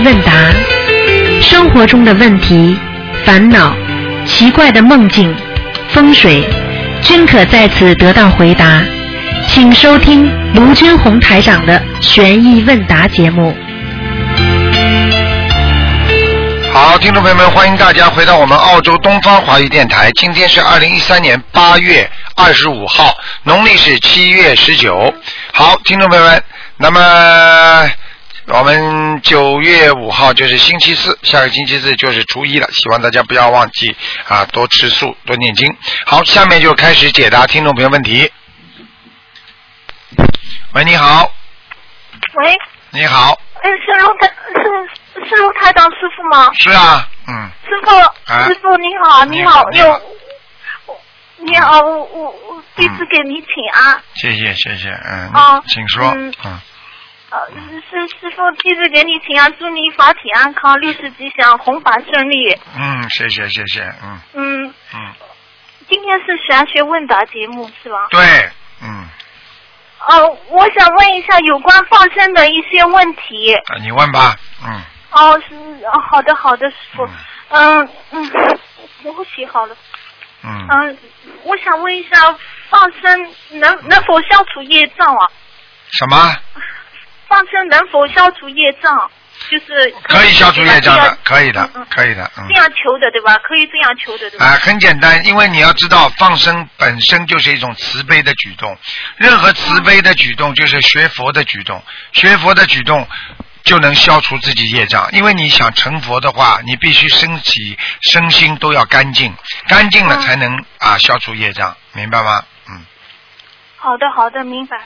问答，生活中的问题、烦恼、奇怪的梦境、风水，均可在此得到回答。请收听卢军红台长的悬疑问答节目。 好，听众朋友们，欢迎大家回到我们澳洲东方华语电台。今天是2013年8月25号，农历是7月19。好，听众朋友们，那么我们9月5号就是星期四，下个星期四就是初一了，希望大家不要忘记啊，多吃素，多念经。好，下面就开始解答听众朋友问题。喂，你好。 喂。 你好。 是卢台长师傅吗？ 是啊， 师傅你好，你好，你好，我弟子给你请安。 谢谢，请说。 师傅，弟子给你请安，祝你法体安康，六事吉祥，弘法顺利。 谢谢。 今天是玄学问答节目是吧？ 对， 我想问一下有关放生的一些问题。 你问吧。 好的，师傅。我写好了。我想问一下，放生能否消除业障啊？ 什么？ 放生能否消除业障？就是可以消除业障的，可以的。 这样求的对吧？可以这样求的对吧？ 很简单，因为你要知道，放生本身就是一种慈悲的举动，任何慈悲的举动就是学佛的举动，学佛的举动就能消除自己业障。因为你想成佛的话，你必须身心都要干净，干净了才能消除业障，明白吗？ 好的，明白。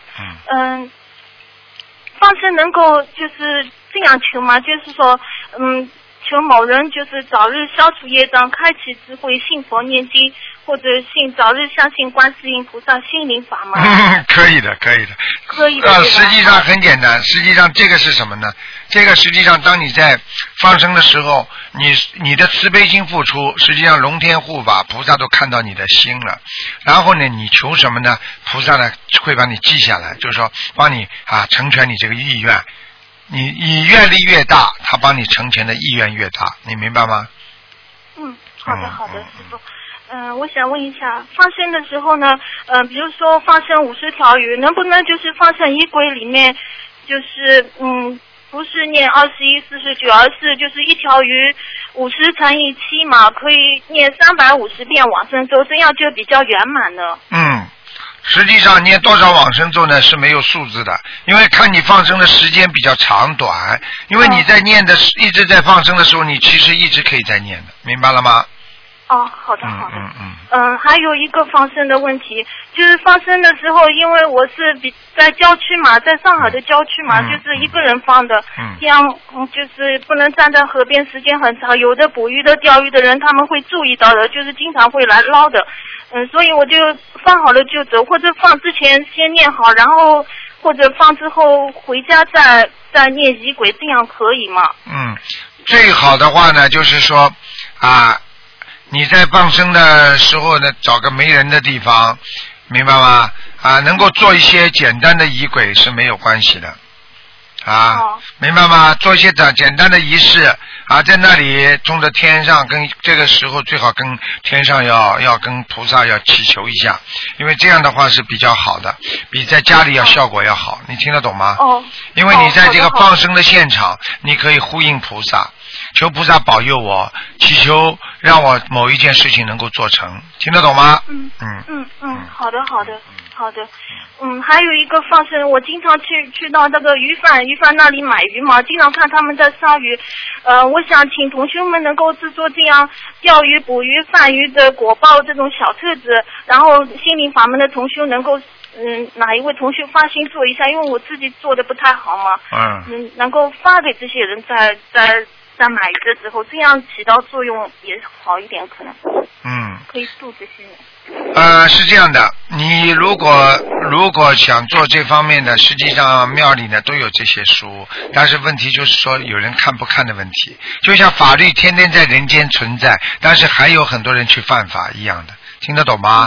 放生能够就是这样求吗？就是说，求某人就是早日消除业障，开启智慧，信佛念经，或者早日相信观世音菩萨心灵法门。 可以的。实际上很简单，实际上这个是什么呢？这个实际上当你在放生的时候，你的慈悲心付出，实际上龙天护法菩萨都看到你的心了。然后呢，你求什么呢？菩萨呢会把你记下来，就是说帮你成全你这个意愿。你愿力越大，他帮你成全的意愿越大，你明白吗？ 好的，师傅。我想问一下，放生的时候呢，比如说放生50条鱼，能不能就是放生仪轨里面，就是不是念21、49，而是就是一条鱼50乘以7嘛，可以念350遍往生咒，这样就比较圆满了。 实际上念多少往生咒呢是没有数字的，因为看你放生的时间比较长短，因为你在念的一直在放生的时候，你其实一直可以在念的，明白了吗？ 好的。还有一个放生的问题，就是放生的时候，因为我是在郊区嘛，在上海的郊区嘛，就是一个人放的，这样就是不能站在河边时间很长，有的捕鱼的、钓鱼的人他们会注意到的，就是经常会来捞的，所以我就放好了就走，或者放之前先念好，然后或者放之后回家再念仪轨，这样可以吗？ 最好的话呢，就是说你在放生的时候呢，找个没人的地方，明白吗？能够做一些简单的仪轨是没有关系的，明白吗？做一些简单的仪式在那里冲着天上，跟这个时候最好跟天上要跟菩萨要祈求一下，因为这样的话是比较好的，比在家里效果要好，你听得懂吗？因为你在这个放生的现场，你可以呼应菩萨，求菩萨保佑我，祈求让我某一件事情能够做成，听得懂吗？ 好的。还有一个放生，我经常去到那个鱼贩那里买鱼嘛，经常看他们在杀鱼。我想请同学们能够制作这样钓鱼、捕鱼、贩鱼的果报这种小册子，然后心灵法门的同学能够哪一位同学发心做一下，因为我自己做的不太好嘛。能够发给这些人在买鱼的时候，这样起到作用也好一点，可能。可以度这些人。 是这样的，你如果想做这方面的，实际上庙里呢都有这些书，但是问题就是说有人看不看的问题，就像法律天天在人间存在，但是还有很多人去犯法一样的，听得懂吗？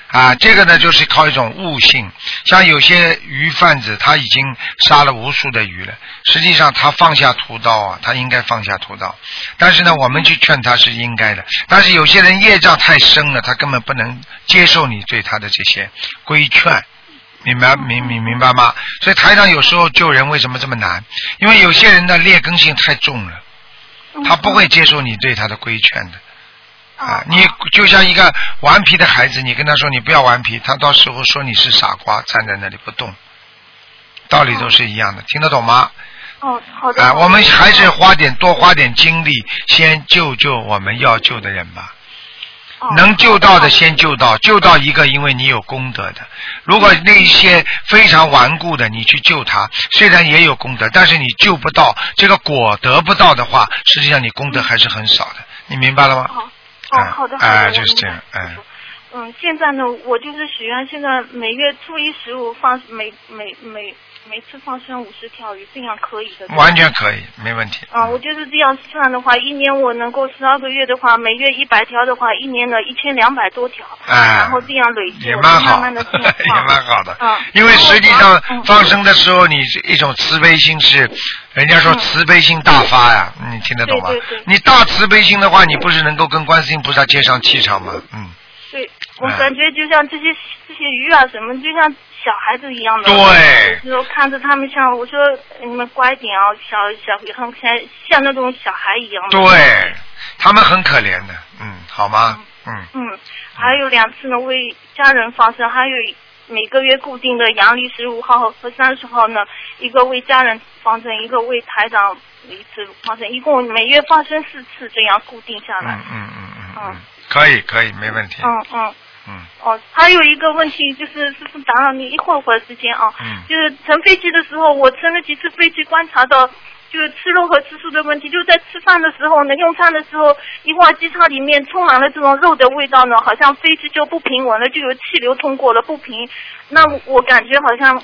这个呢就是靠一种悟性，像有些鱼贩子他已经杀了无数的鱼了，实际上他放下屠刀啊，他应该放下屠刀，但是呢我们去劝他是应该的，但是有些人业障太深了，他根本不能接受你对他的这些规劝，明白吗？所以台长有时候救人为什么这么难？因为有些人的劣根性太重了，他不会接受你对他的规劝的。你就像一个顽皮的孩子，你跟他说你不要顽皮，他到时候说你是傻瓜，站在那里不动，道理都是一样的，听得懂吗？ 好的。 我们还是多花点精力，先救我们要救的人吧。能救到的先救到一个，因为你有功德的。如果那些非常顽固的，你去救他，虽然也有功德，但是你救不到，这个果得不到的话，实际上你功德还是很少的。你明白了吗？ 好的。 就是这样。 现在呢，我就是许愿，现在每月初一15放每次放生50条鱼，这样可以的。 完全可以，没问题。 我就是这样算的话，一年我能够12个月的话，每月100条的话，一年的1200多条。然后这样累积， 也蛮好， 慢慢的也蛮好的。因为实际上放生的时候，你一种慈悲心是，人家说慈悲心大发呀，你听得懂吗？ 对。 你大慈悲心的话，你不是能够跟观世音菩萨接上气场吗？ 对，我感觉就像这些鱼啊什么，就像小孩子一样的。 对。 有时候看着他们像我说你们乖点啊，小很像那种小孩一样的。 对，他们很可怜的，好吗？ 还有2次呢，为家人放生，还有每个月固定的阳历15号和30号呢，一个为家人放生，一个为台长一次放生，一共每月放生4次，这样固定下来。 可以，没问题。 还有一个问题就是打扰你一会儿时间啊。就是乘飞机的时候，我乘了几次飞机，观察到就是吃肉和吃素的问题，就在吃饭的时候呢，用餐的时候，一会儿机舱里面充满了这种肉的味道呢，好像飞机就不平稳了，就有气流通过了不平。那我感觉好像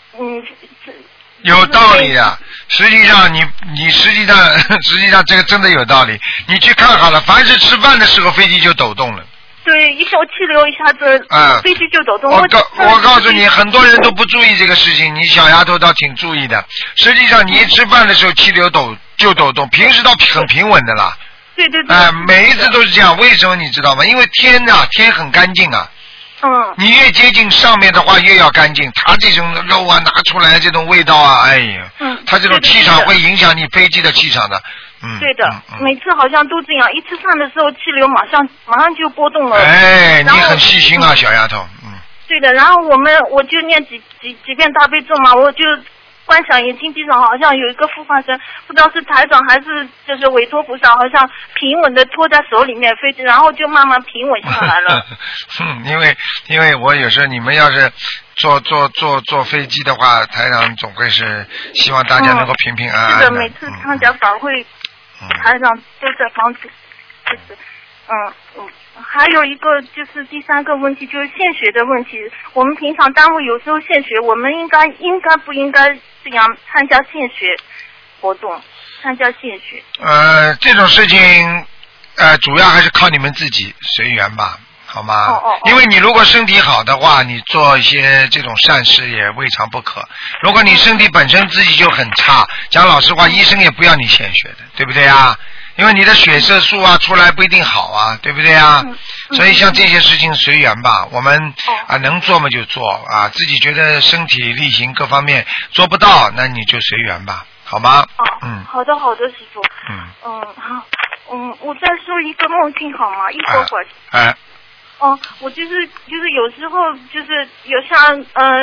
有道理啊，实际上你实际上这个真的有道理。你去看好了，凡是吃饭的时候飞机就抖动了。 对，一口气流一下子，飞机就抖动。 我告诉你，很多人都不注意这个事情，你小丫头倒挺注意的。实际上，你一吃饭的时候气流就抖动，平时倒很平稳的啦。 对。 每一次都是这样，为什么你知道吗？因为天很干净啊。你越接近上面的话越要干净，它这种肉啊拿出来这种味道啊，哎呀，它这种气场会影响你飞机的气场的。 对的，每次好像都这样，一吃饭的时候气流马上就波动了。 你很细心啊，小丫头。 对的，然后我就念几遍大悲咒嘛，我就观想眼睛地上好像有一个护法神，不知道是台长还是就是委托菩萨，好像平稳的托在手里面飞机，然后就慢慢平稳下来了。 因为我有时候你们要是坐飞机的话，台长总归是希望大家能够平平安安的。 是的，每次参加法会，台长都在帮助，就是还有一个就是第3个问题，就是献血的问题。我们平常单位有时候献血，我们应该不应该这样参加献血活动？参加献血？ 这种事情，主要还是靠你们自己随缘吧，好吗？因为你如果身体好的话，你做一些这种善事也未尝不可。如果你身体本身自己就很差，讲老实话，医生也不要你献血的，对不对啊？因为你的血色素啊出来不一定好啊，对不对啊？所以像这些事情随缘吧，我们能做嘛就做啊，自己觉得身体力行各方面做不到，那你就随缘吧，好吗？ 好的，师傅。好。我再说一个梦境好吗？一会儿。我就是有时候就是有像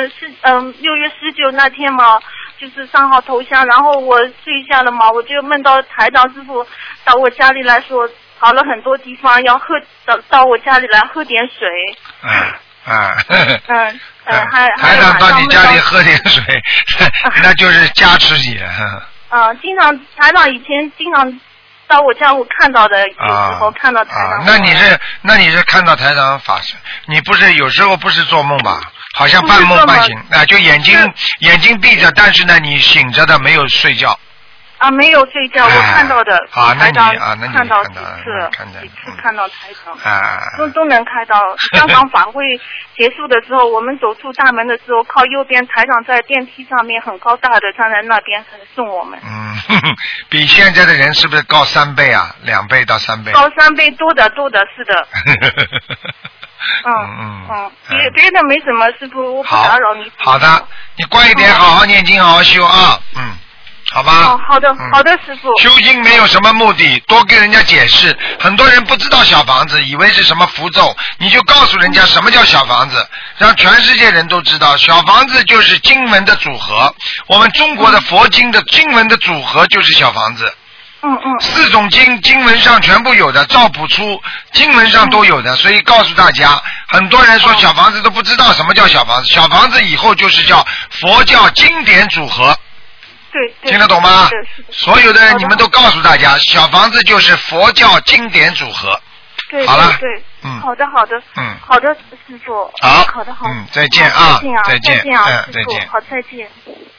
6月19那天嘛，就是3号头香，然后我睡下了嘛，我就梦到台长师傅到我家里来说跑了很多地方，要到我家里来喝点水。 台长到你家里喝点水，那就是加持你了。 经常台长以前经常到我家，我看到的，有时候看到台长。 那你是看到台长法身？你不是有时候不是做梦吧？好像半梦半醒，就眼睛闭着，但是呢你醒着的没有睡觉。 啊，没有睡觉，我看到的。 啊，那台长那你看到几几次看到台长。 啊。 都能看到。香港法会结束的时候，我们走出大门的时候，靠右边台长在电梯上面很高大的站在那边送我们。 比现在的人是不是高3倍啊？2倍到3倍。 高3倍，多的，是的。别的没什么，师傅，我不打扰你。 好的，你乖一点，好好念经，好好修啊，好吧。 好的，师傅。 修经没有什么目的，多跟人家解释。很多人不知道小房子，以为是什么符咒，你就告诉人家什么叫小房子，让全世界人都知道，小房子就是经文的组合。我们中国的佛经的经文的组合就是小房子。4种经文上全部有的，赵朴初经文上都有的，所以告诉大家，很多人说小房子都不知道什么叫小房子，小房子以后就是叫佛教经典组合。 对， 听得懂吗？所有的人你们都告诉大家，小房子就是佛教经典组合。 对， 好了， 好的，好的，师傅。好的， 再见啊， 再见啊， 再见， 好，再见。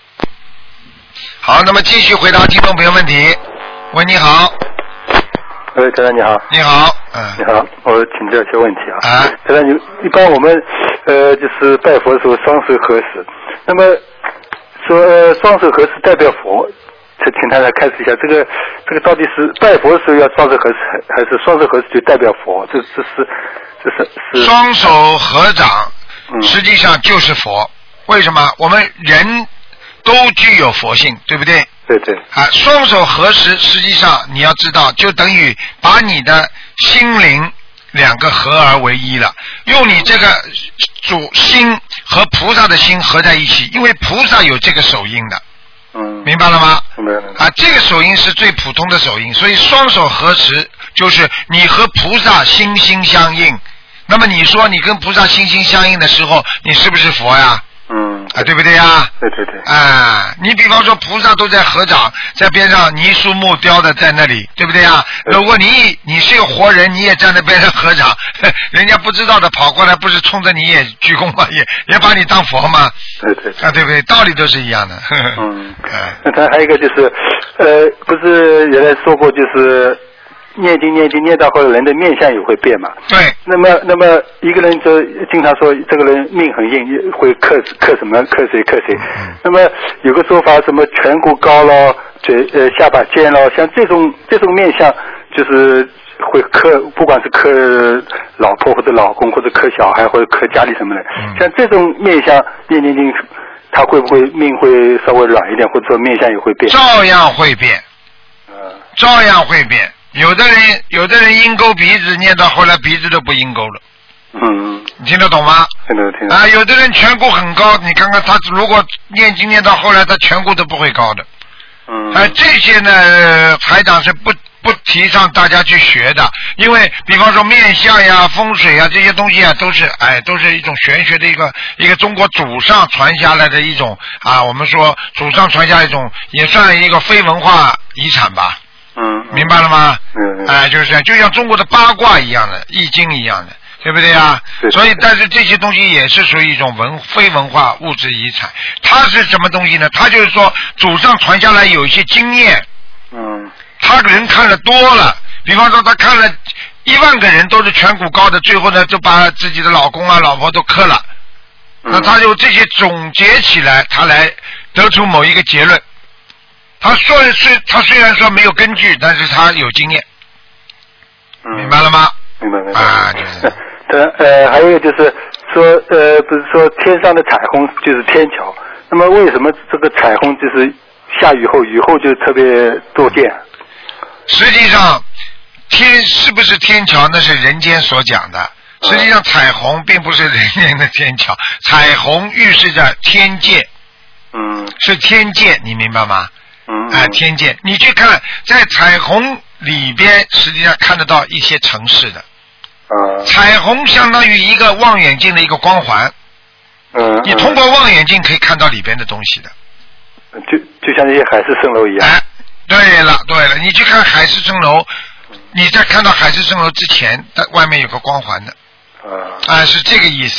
好，那么继续回答听众朋友问题。喂，你好。 喂，台长你好。 你好， 你好，我请教一些问题啊。台长，一般我们就是拜佛的时候双手合十，那么说双手合十代表佛，请大家开始一下，这个到底是拜佛的时候要双手合十，还是双手合十就代表佛？这是双手合掌，实际上就是佛。为什么？我们人都具有佛性，对不对？ 对。 双手合十，实际上你要知道，就等于把你的心灵2个合而为一了，用你这个主心和菩萨的心合在一起，因为菩萨有这个手印的。明白了吗？ 明白。 这个手印是最普通的手印，所以双手合十就是你和菩萨心心相印。那么你说你跟菩萨心心相印的时候，你是不是佛呀？对不对呀？ 对。 你比方说菩萨都在合掌，在边上泥塑木雕的在那里，对不对呀？如果你是个活人，你也站在边上合掌，人家不知道的跑过来，不是冲着你也鞠躬吗？也把你当佛吗？ 对。 对不对？道理都是一样的。 那他还有一个就是，不是原来说过就是念经念到后来人的面相也会变嘛。 对。 那么一个人就经常说这个人命很硬，会克什么克谁。那么有个说法什么颧骨高了，下巴尖了，像这种面相就是会克，不管是克老婆或者老公或者克小孩或者克家里什么的，像这种面相念经，他会不会命会稍微软一点，或者说面相也会变？ 照样会变。照样会变。有的人鹰钩鼻子，念到后来鼻子都不鹰钩了。你听得懂吗？ 听得。 有的人颧骨很高，你看看他如果念经念到后来，他颧骨都不会高的。这些呢，台长是不提倡大家去学的，因为比方说面相呀、风水呀这些东西啊，都是一种玄学的一个中国祖上传下来的一种我们说祖上传下一种，也算一个非文化遗产吧。明白了吗？就是这样，就像中国的八卦一样的，易经一样的，对不对啊？所以，但是这些东西也是属于一种非文化物质遗产。它是什么东西呢？它就是说祖上传下来有一些经验。他人看了多了，比方说他看了10000个人都是颧骨高的，最后呢就把自己的老公老婆都克了。那他就这些总结起来，他来得出某一个结论。他虽然说没有根据，但是他有经验。明白了吗？ 明白。 就是还有一个就是说不是说天上的彩虹就是天桥，那么为什么这个彩虹就是下雨后就特别多见？ 实际上天是不是天桥那是人间所讲的，实际上彩虹并不是人间的天桥，彩虹预示着天界。是天界，你明白吗？天界，你去看在彩虹里边，实际上看得到一些城市的。彩虹相当于一个望远镜的一个光环。你通过望远镜可以看到里边的东西的。 就像那些海市蜃楼一样。 对了，你去看海市蜃楼，你在看到海市蜃楼之前，外面有个光环的。是这个意思。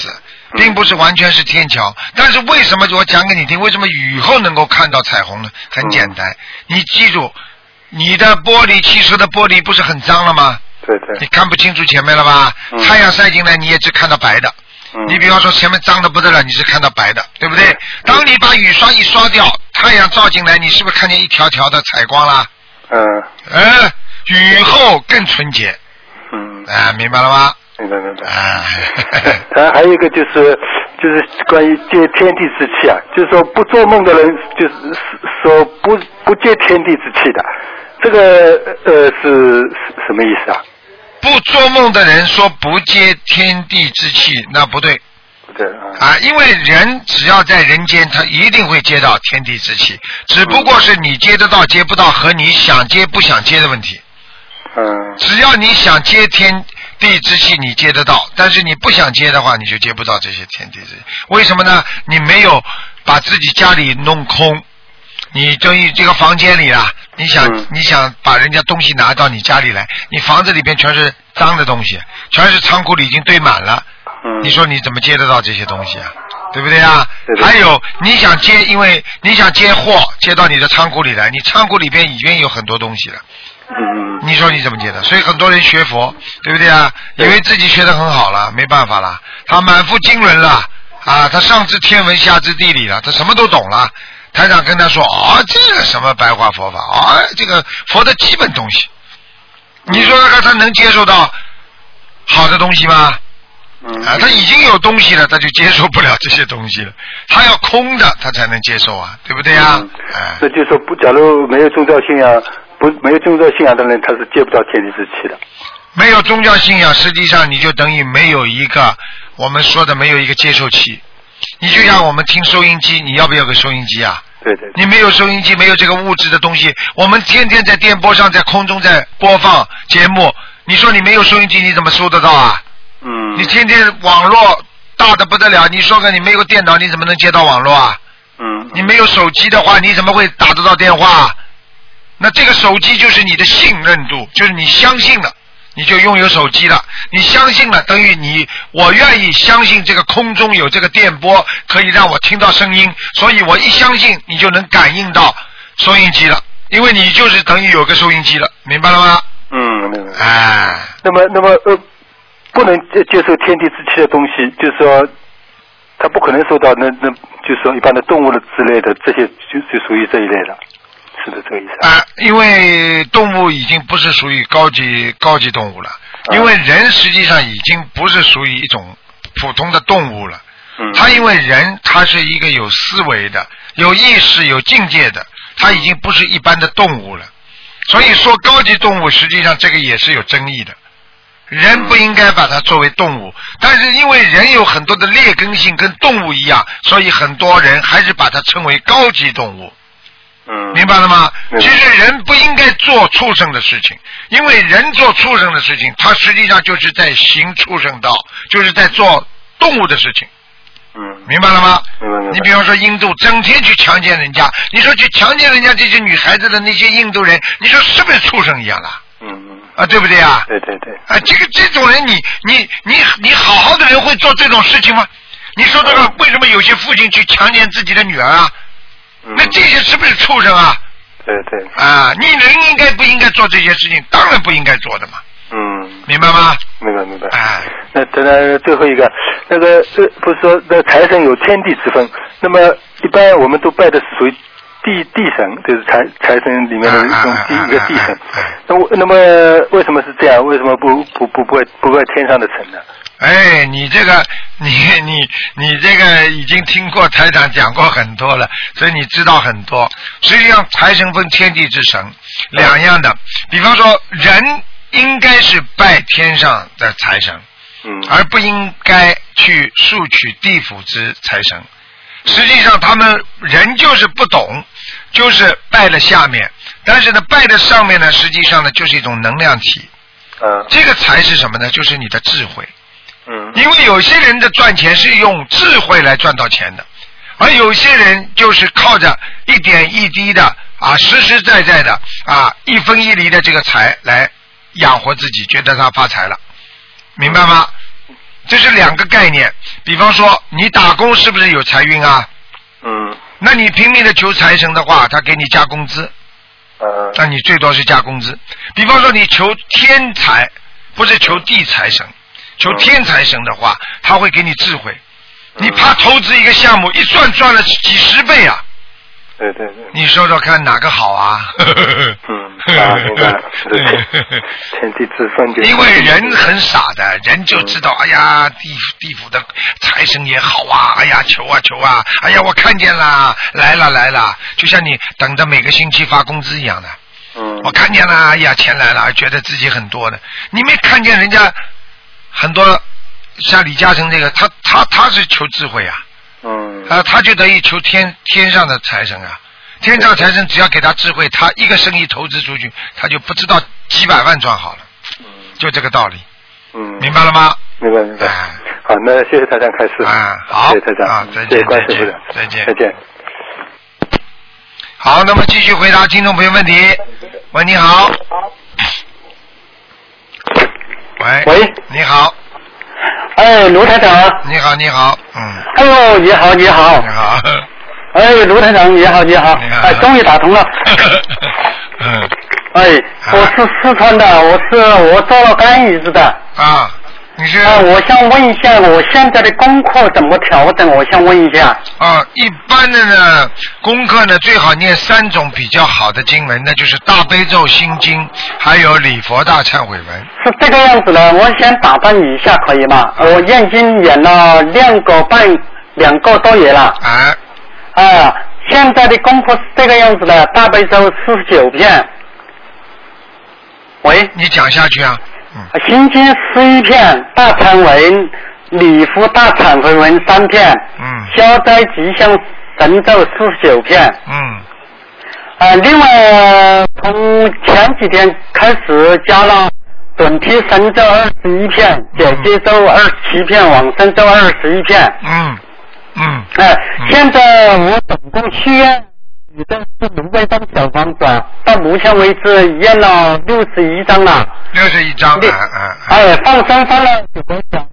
并不是完全是天桥。但是为什么我讲给你听？为什么雨后能够看到彩虹呢？很简单，你记住，你的玻璃，汽车的玻璃不是很脏了吗？ 对对。 你看不清楚前面了吧？太阳晒进来，你也只看到白的。你比方说前面脏的不得了，你是看到白的，对不对？当你把雨刷一刷掉，太阳照进来，你是不是看见一条条的彩光啦？雨后更纯洁。明白了吗？ 明白。还有一个就是关于接天地之气啊，就是说不做梦的人，就是说不接天地之气的，这个是什么意思啊？ 不做梦的人说不接天地之气，那不对。 对因为人只要在人间，他一定会接到天地之气，只不过是你接得到接不到和你想接不想接的问题。只要你想接天地之气，你接得到，但是你不想接的话，你就接不到这些天地之气。为什么呢？你没有把自己家里弄空，你等于这个房间里啊，你想把人家东西拿到你家里来，你房子里边全是脏的东西，全是仓库里已经堆满了，你说你怎么接得到这些东西啊？对不对啊？还有你想接，因为你想接货接到你的仓库里来，你仓库里边已经有很多东西了。你说你怎么接的？所以很多人学佛，对不对啊？以为自己学得很好了，没办法了，他满腹经纶了他上知天文下知地理了，他什么都懂了。台长跟他说这个什么白话佛法这个佛的基本东西，你说他能接受到好的东西吗？他已经有东西了，他就接受不了这些东西了。他要空的，他才能接受啊，对不对啊？ 那就是说，假如没有宗教信仰，没有宗教信仰的人，他是接不到天地之气的。 没有宗教信仰，实际上你就等于没有一个我们说的没有一个接受器。你就像我们听收音机，你要不要个收音机啊？ 对。 你没有收音机，没有这个物质的东西，我们天天在电波上，在空中在播放节目，你说你没有收音机，你怎么收得到啊？你天天网络大的不得了，你说你没有电脑，你怎么能接到网络啊？你没有手机的话，你怎么会打得到电话？那这个手机就是你的信任度，就是你相信了，你就拥有手机了。你相信了，等于我愿意相信这个空中有这个电波，可以让我听到声音，所以我一相信，你就能感应到收音机了，因为你就是等于有个收音机了，明白了吗？ 明白。那么不能接受天地之气的东西，就是说，他不可能受到那就是说一般的动物的之类的，这些就属于这一类的。是的，这个意思因为动物已经不是属于高级动物了，因为人实际上已经不是属于一种普通的动物了。他因为人他是一个有思维的、有意识、有境界的，他已经不是一般的动物了。所以说高级动物实际上这个也是有争议的。人不应该把它作为动物，但是因为人有很多的劣根性跟动物一样，所以很多人还是把它称为高级动物。明白了吗？其实人不应该做畜生的事情，因为人做畜生的事情，他实际上就是在行畜生道，就是在做动物的事情。明白了吗？你比方说印度整天去强奸人家，你说去强奸人家这些女孩子的那些印度人，你说是不是畜生一样的？对不对啊？ 对。 这种人，你好好的人会做这种事情吗？你说这个为什么有些父亲去强奸自己的女儿啊？那这些是不是畜生啊？ 对。 你人应该不应该做这些事情？当然不应该做的嘛。明白吗？ 明白。那当然，最后一个，那个不是说那财神有天地之分，那么一般我们都拜的是属于地神，就是财神里面的一个地神。那么为什么是这样？为什么不拜天上的神呢？ 你这个你这个已经听过台长讲过很多了，所以你知道很多。实际上财神分天地之神两样的，比方说人应该是拜天上的财神，而不应该去索取地府之财神。实际上他们人就是不懂，就是拜了下面，但是呢拜的上面呢，实际上呢就是一种能量体。这个财是什么呢？就是你的智慧。因为有些人的赚钱是用智慧来赚到钱的，而有些人就是靠着一点一滴的实实在在的一分一厘的这个财来养活自己，觉得他发财了，明白吗？ 这是两个概念。比方说，你打工是不是有财运啊？那你拼命的求财神的话，他给你加工资。那你最多是加工资。比方说，你求天财，不是求地财神，求天财神的话，他会给你智慧。你怕投资一个项目，一赚了几十倍啊！ 对对对。 你说说看哪个好啊？ 明白了。天地之分就。 因为人很傻的，人就知道，哎呀，地府的财神也好啊，哎呀，求啊求啊，哎呀，我看见了，来了，就像你等着每个星期发工资一样的。我看见了，哎呀，钱来了，觉得自己很多的。你没看见人家很多，像李嘉诚这个，他是求智慧啊。他就等于求天上的财神啊。天上财神只要给他智慧，他一个生意投资出去，他就不知道几百万赚好了。就这个道理。明白了吗？ 明白。好，那谢谢台长开始。 好。 谢谢台长。 再见。 谢谢关师傅的。 再见。 再见。 好，那么继续回答听众朋友问题。喂，你好。喂，你好。 哎，卢台长。 你好。 哎呦，你好。 你好。 哎，卢台长，你好。哎，终于打通了。哎，我是四川的，我做了干椅子的。 你是？ 我想问一下，我现在的功课怎么调整？我想问一下。 一般的呢，功课呢最好念3种比较好的经文，那就是大悲咒、心经，还有礼佛大忏悔文。 是这个样子的，我先打断你一下，可以吗？我念经念了2个半，2个多月了。现在的功课是这个样子的，大悲咒49片。喂， 你讲下去啊。 心经11片，大忏文、礼佛大忏悔文3片。消灾吉祥神咒49片。另外从前几天开始加了准提神咒21片，解结咒27片，往生咒21片。现在我总共许愿已经是600张小房子，到目前为止验了61张了。 61张。 放生放了9个小。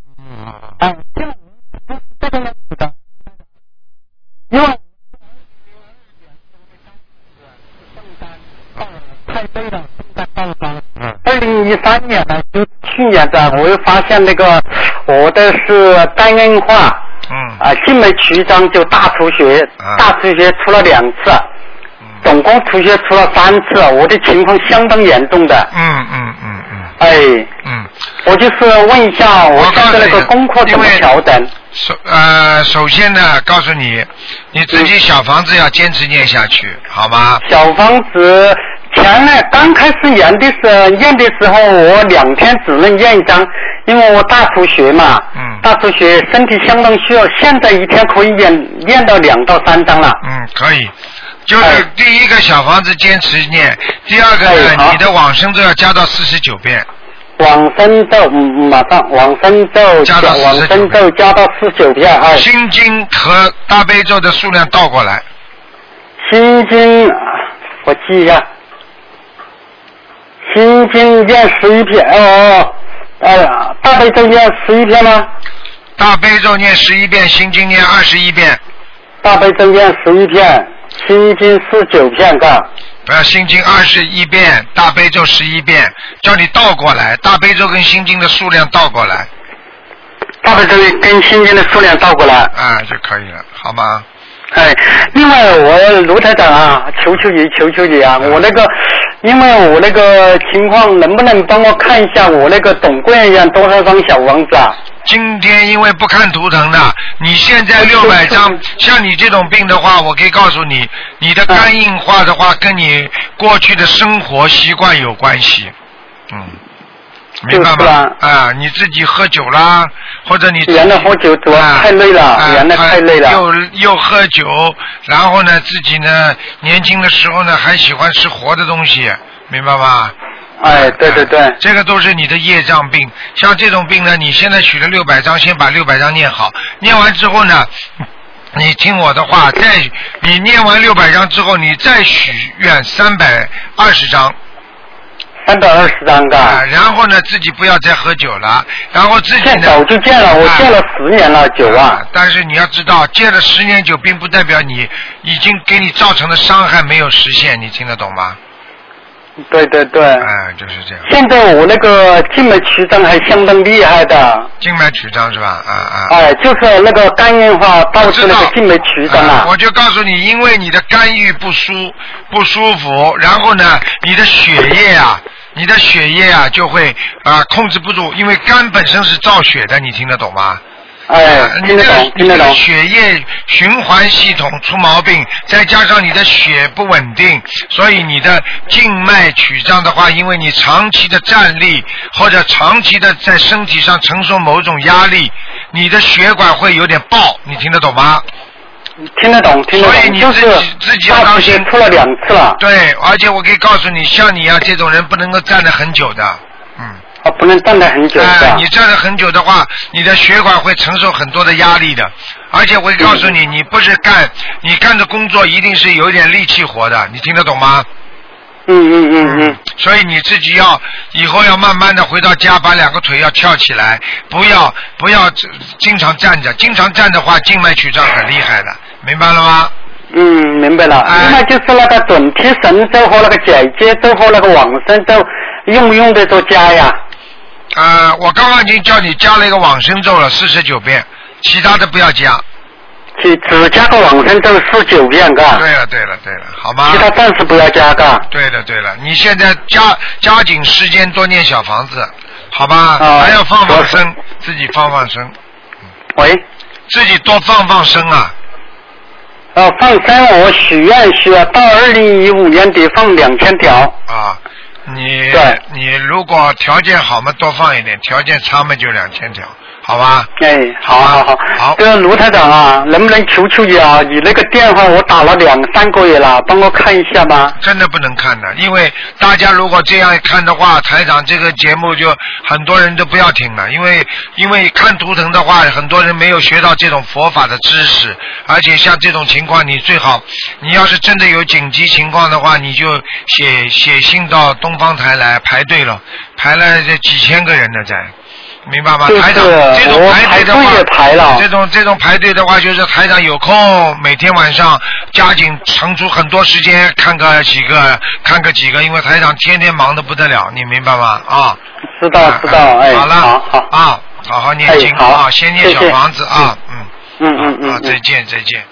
这个样子的。因为太累了，现在2013年呢，就去年的，我又发现那个我的是肝硬化。静脉曲张就大出血，大出血出了2次，总共出血出了3次，我的情况相当严重的。我就是问一下，我现在那个功课怎么调整？ 首先呢，告诉你自己小房子要坚持念下去，好吗？ 小房子前呢，刚开始念的时候，我2天只能念1张，因为我大出血嘛。大出血，身体相当虚弱，现在1天可以念到2到3张了。 可以。就是第一个小房子坚持念，第二个呢，你的往生咒要加到49遍。 往生咒，马上往生咒加到49遍。 心经和大悲咒的数量倒过来。 心经，我记一下。心经念11片，大悲咒念11片吗？ 大悲咒念11遍，心经念21遍。 大悲咒念11片，心经49片的。 心经21遍，大悲咒11遍，叫你倒过来，大悲咒跟心经的数量倒过来。 大悲咒跟心经的数量倒过来。 就可以了，好吗？ 另外我卢台长啊，求求你啊，因为我那个情况，能不能帮我看一下我那个董贵院多少张小房子啊？ 今天因为不看图腾的，你现在600张，像你这种病的话，我可以告诉你，你的肝硬化的话，跟你过去的生活习惯有关系。明白吗？你自己喝酒啦，或者你原来喝酒主要太累了，原来太累了。 又喝酒，然后呢，自己呢，年轻的时候呢，还喜欢吃活的东西，明白吗？ 对， 这个都是你的业障病。像这种病呢，你现在许了600张，先把600张念好，念完之后呢，你听我的话，你念完600张之后，你再许愿320张。 320张的。 然后呢，自己不要再喝酒了，然后自己呢。 早就戒了，我戒了10年了酒啊。 但是你要知道，戒了10年酒，并不代表你已经给你造成的伤害没有实现，你听得懂吗？ 对对对。 就是这样。 现在我那个静脉曲张还相当厉害的。 静脉曲张是吧？ 就是那个肝硬化导致那个静脉曲张啊。 我就告诉你，因为你的肝郁不舒服，然后呢，你的血液啊就会控制不住，因为肝本身是造血的，你听得懂吗？ 听得懂。 你的血液循环系统出毛病，再加上你的血不稳定，所以你的静脉曲张的话，因为你长期的站立或者长期的在身体上承受某种压力，你的血管会有点爆，你听得懂吗？ 听得懂。 所以你自己要当心。 出了2次了。 对，而且我可以告诉你，像你这种人不能够站得很久的。 不能站得很久的。 你站得很久的话，你的血管会承受很多的压力的。而且我会告诉你，你干的工作一定是有点力气活的，你听得懂吗？所以你自己以后要慢慢的回到家，把2个腿要翘起来，不要经常站着，经常站的话，静脉曲张很厉害的，明白了吗？ 明白了。另外就是那个准提神咒和那个解结咒和那个往生咒，用不用得着加呀？ 我刚刚已经叫你加了一个往生咒了49遍，其他的不要加。 只加个往生咒49遍嘎。 对了，好吗？ 其他暂时不要加嘎。 对了，你现在加紧时间多念小房子，好吧？还要放生，自己放生。 喂。 自己多放生啊。 放生我许愿需要到2015年底放2000条。 你如果条件好嘛，多放一点；条件差嘛，就2000条，好吧？ 好。这个卢台长啊，能不能求求你啊？你那个电话我打了2-3个月了，帮我看一下吧。 真的不能看的，因为大家如果这样看的话，台长这个节目就很多人都不要听了，因为看图腾的话，很多人没有学到这种佛法的知识，而且像这种情况，你最好，你要是真的有紧急情况的话，你就写信到东方台来排队了，排了几千个人呢在。明白吗？台长这种排队的话，这种排队的话，就是台长有空每天晚上加紧腾出很多时间看个几个，因为台长天天忙得不得了，你明白吗？ 知道， 好了， 好好念经啊，先念小房子啊，再见。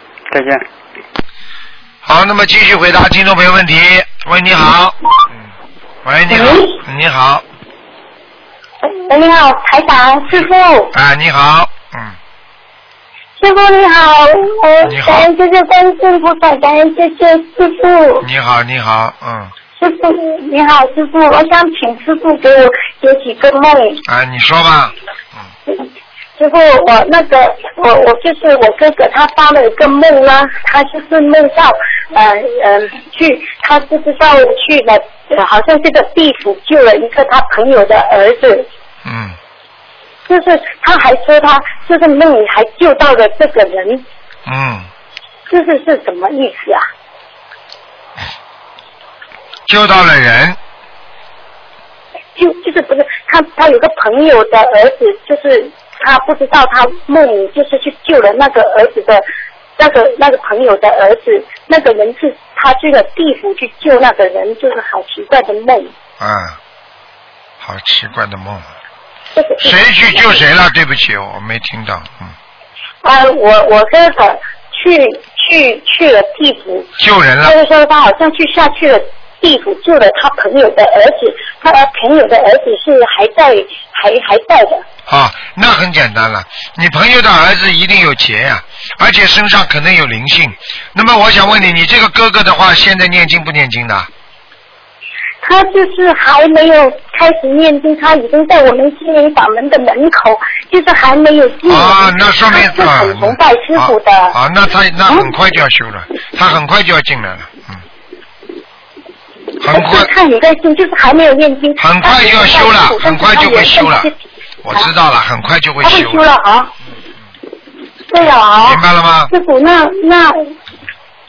好，那么继续回答听众朋友问题。喂，你好。喂，你好，你好。 你好，台长师傅。 你好， 师傅你好， 你好， 感恩谢谢观世菩萨，感恩谢谢师傅。 你好， 师傅你好，师傅，我想请师傅给我解几个梦。 你说吧。 师傅，我就是我哥哥，他发了一个梦呢，他就是梦到他不知道去了好像这个地府救了一个他朋友的儿子。就是他还说他就是梦里还救到了这个人。这是什么意思啊？ 救到了人。 就是不是他有个朋友的儿子，就是他不知道他梦里就是去救了那个儿子的那个朋友的儿子，那个人是他去了地府去救那个人，就是好奇怪的梦。 好奇怪的梦。谁去救谁了？对不起，我没听到。 我哥哥去了地府救人了。 就是说他好像下去了地府救了他朋友的儿子，他朋友的儿子是还在的。 那很简单了，你朋友的儿子一定有劫呀，而且身上可能有灵性。那么我想问你这个哥哥的话，现在念经不念经的？ 他就是还没有开始念经，他已经在我们心灵法门的门口，就是还没有进。 那说明他是很崇拜师傅的。 那很快就要修了，他很快就要进来了。很快。 看你在进，就是还没有念经。 很快就要修了，很快就会修了。我知道了，很快就会修。 他会修了啊。对啊。 明白了吗？ 师傅，那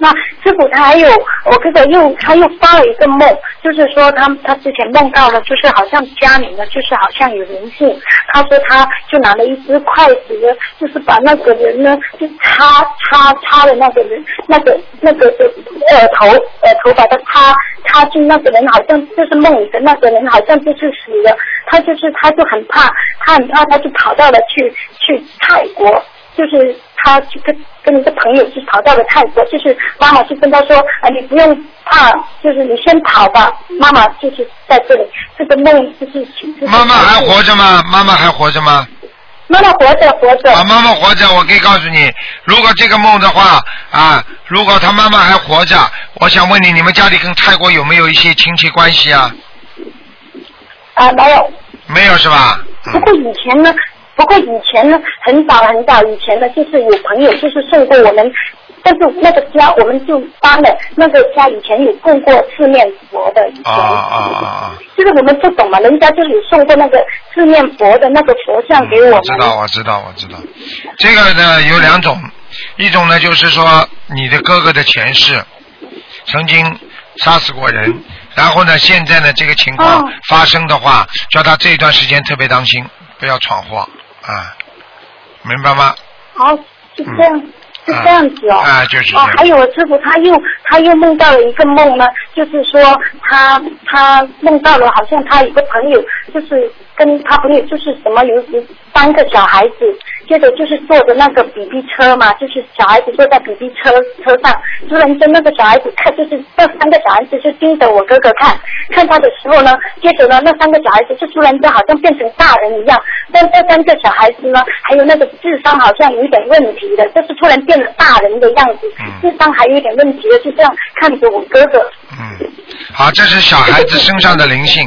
师傅他还有我哥哥他又发了一个梦，就是说他之前梦到了，就是好像家里呢，就是好像有人性。他说他就拿了一只筷子呢，就是把那个人呢就插的那个人那个耳头把他插进那个人，好像就是梦里的那个人好像就是死了。他就很怕，他就跑到了去泰国，就是他去跟一个朋友就跑到了泰国，就是妈妈就跟他说，你不用怕，就是你先跑吧，妈妈就是在这里。这个梦就是。 妈妈还活着吗？妈妈还活着吗？ 妈妈活着。 妈妈活着，我可以告诉你，如果这个梦的话如果他妈妈还活着，我想问你们家里跟泰国有没有一些亲戚关系啊？ 没有。 没有是吧？ 不过以前呢，很早以前呢，就是有朋友就是送过我们，但是那个家我们就搬了，那个家以前有供过四面佛的。就是我们不懂嘛，人家就是有送过那个四面佛的那个佛像给我们。 我知道。这个呢有两种，一种呢就是说你的哥哥的前世曾经杀死过人，然后呢现在呢这个情况发生的话，叫他这一段时间特别当心，不要闯祸明白吗？ 是这样。是这样子就是这样。 还有师傅他又梦到了一个梦呢，就是说他梦到了好像他有个朋友，就是跟他朋友就是什么有3个小孩子，接着就是坐着那个 BB 车嘛，就是小孩子坐在 BB 车上，突然间那个小孩子看，就是那3个小孩子就盯着我哥哥看他的时候呢，接着呢那3个小孩子就突然间好像变成大人一样，但这3个小孩子呢还有那个智商好像有点问题的，就是突然变了大人的样子，智商还有一点问题的，就这样看着我哥哥。 好，这是小孩子身上的灵性。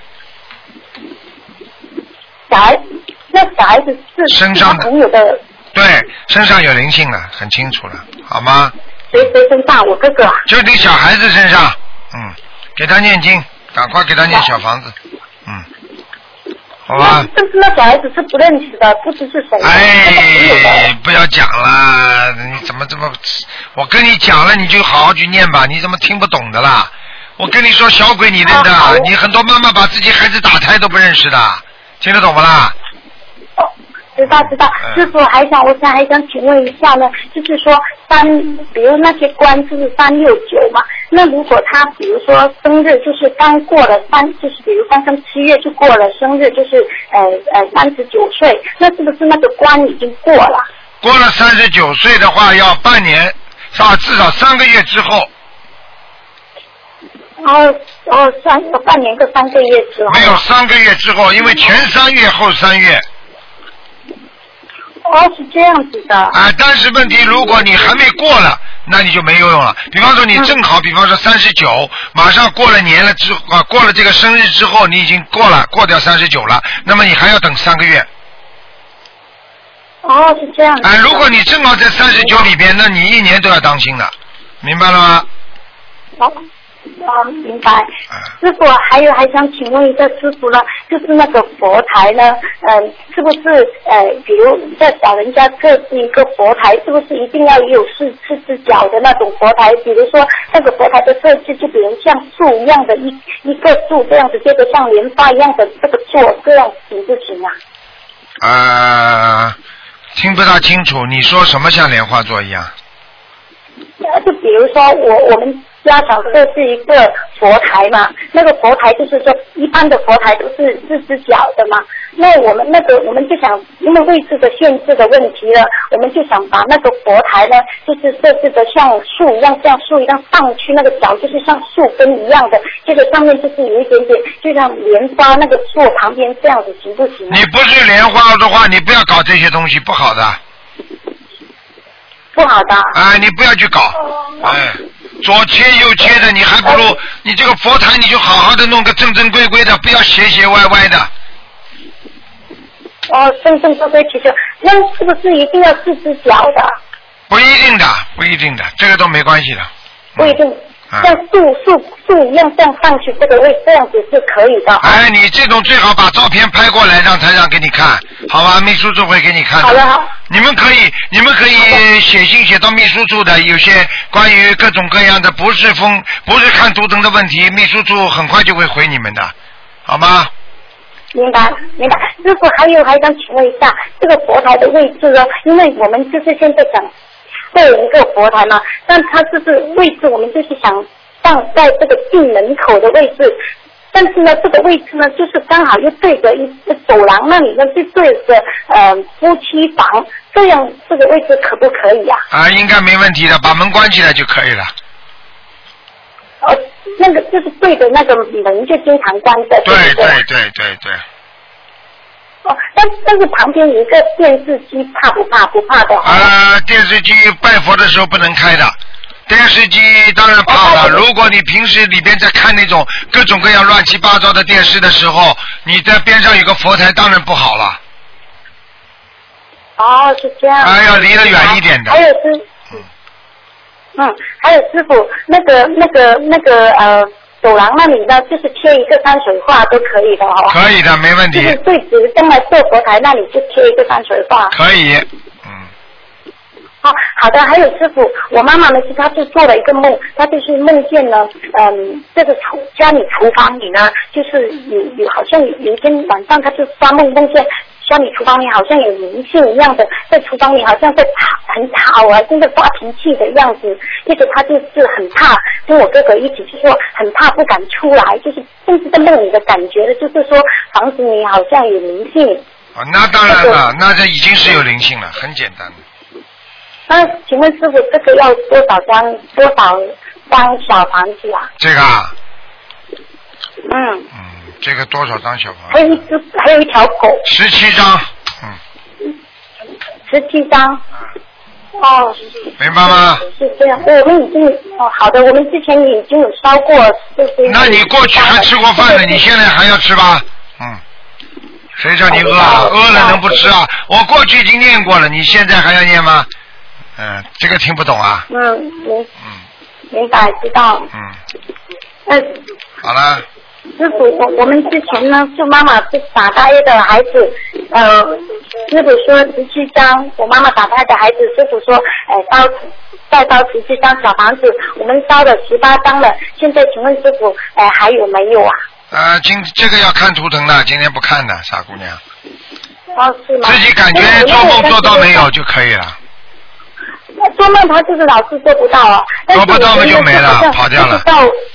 那小孩子是身上的朋友的， 对，身上有灵性了，很清楚了，好吗？ 谁身上？我哥哥。 就你小孩子身上，给他念经，赶快给他念小房子，好吧？ 但是那小孩子是不认识的，不知是谁。 不要讲了，你怎么这么？我跟你讲了，你就好好去念吧，你怎么听不懂的啦？我跟你说，小鬼你认得，你很多妈妈把自己孩子打胎都不认识的，听得懂不啦？ 知道。师傅我还想请问一下呢，就是说比如那些官就是369嘛，那如果他比如说生日就是刚过了就是比如刚7月就过了生日，就是39岁，那是不是那个官已经过了？ 过了39岁的话，要半年至少3个月之后。 半年跟3个月之后。 没有3个月之后，因为前3月后3月。 是这样子的。 但是问题，如果你还没过了，那你就没有用了。比方说你正好，比方说39，马上过了年了之后过了这个生日之后，你已经过掉39了，那么你还要等3个月。 是这样子。 如果你正好在39里边，那你1年都要当心的，明白了吗？ 明白。师傅还想请问一下师傅呢，就是那个佛台呢，是不是比如在老人家设置一个佛台，是不是一定要有4只脚的那种佛台？比如说那个佛台的设计，就比如像树一样的一个树这样子，接着像莲花一样的这个座，这样行不行啊？听不大清楚，你说什么像莲花座一样？ 就比如说我们家想设置一个佛台嘛，那个佛台就是说一般的佛台都是4只脚的嘛，那我们就想，因为位置的限制的问题呢，我们就想把那个佛台呢，就是设置的像树一样，像树一样上去，那个脚就是像树根一样的，这个上面就是有一点点，就像莲花那个座旁边这样子，行不行？ 你不是莲花的话，你不要搞这些东西，不好的。 不好的。 你不要去搞。左切右切的，你还不如你这个佛台，你就好好的弄个正正规规的，不要斜斜歪歪的。 正正规规其实，那是不是一定要4只脚的？ 不一定的，这个都没关系的。 不一定。 像树一样这样上去，这个位这样子是可以的。 哎，你这种最好把照片拍过来，让台长给你看，好吧？秘书处会给你看的。 好的。 你们可以写信写到秘书处的，有些关于各种各样的不是看图腾的问题，秘书处很快就会回你们的，好吗？ 明白。师傅还想请问一下，这个佛台的位置呢？因为我们就是现在想设一个佛台嘛，但它就是位置，我们就是想放在这个进门口的位置，但是呢，这个位置呢，就是刚好又对着一个走廊那里呢，就对着夫妻房，这样这个位置可不可以啊？ 应该没问题的，把门关起来就可以了。 那个就是对着那个门就经常关着。 对。 但是旁边有一个电视机，怕不怕？不怕的。 电视机拜佛的时候不能开的。电视机当然怕了，如果你平时里边在看那种各种各样乱七八糟的电视的时候，你在边上有个佛台，当然不好了。 是这样。 要离得远一点的。 还有还有师傅，那个走廊那里呢，就是贴一个山水画都可以的哦。 可以的，没问题。 就是对直将来做佛台那里就贴一个山水画。 可以。 好的。还有师傅，我妈妈呢，她就做了一个梦，她就是梦见呢，这个家里厨房里呢，就是有好像有一天晚上，她就发梦梦见家里厨房里好像有灵性一样的，在厨房里好像在很吵啊，真的发脾气的样子。接着她就是很怕，跟我哥哥一起就说很怕不敢出来，就是甚至在梦里的感觉，就是说房子里好像有灵性。 那当然了，那这已经是有灵性了，很简单的。 那请问师傅，这个要多少张小房子啊？ 这个啊？这个多少张小房子？ 还有一条狗。 17张。 17张。 明白吗？ 是这样，我们已经好的，我们之前已经有烧过，就是。 那你过去还吃过饭了，你现在还要吃吧？谁叫你饿啊？饿了能不吃啊？我过去已经念过了，你现在还要念吗？这个听不懂啊。 明白，知道。 好了。 师傅，我们之前呢，就妈妈是打胎的孩子，师傅说17张，我妈妈打胎的孩子，师傅说，再烧17张小房子，我们烧了18张了，现在请问师傅，还有没有啊？ 这个要看图腾的，今天不看的，傻姑娘。 是吗？ 自己感觉做梦做到没有就可以了。 做梦他就是老是做不到啊， 做不到嘛就没了，跑掉了。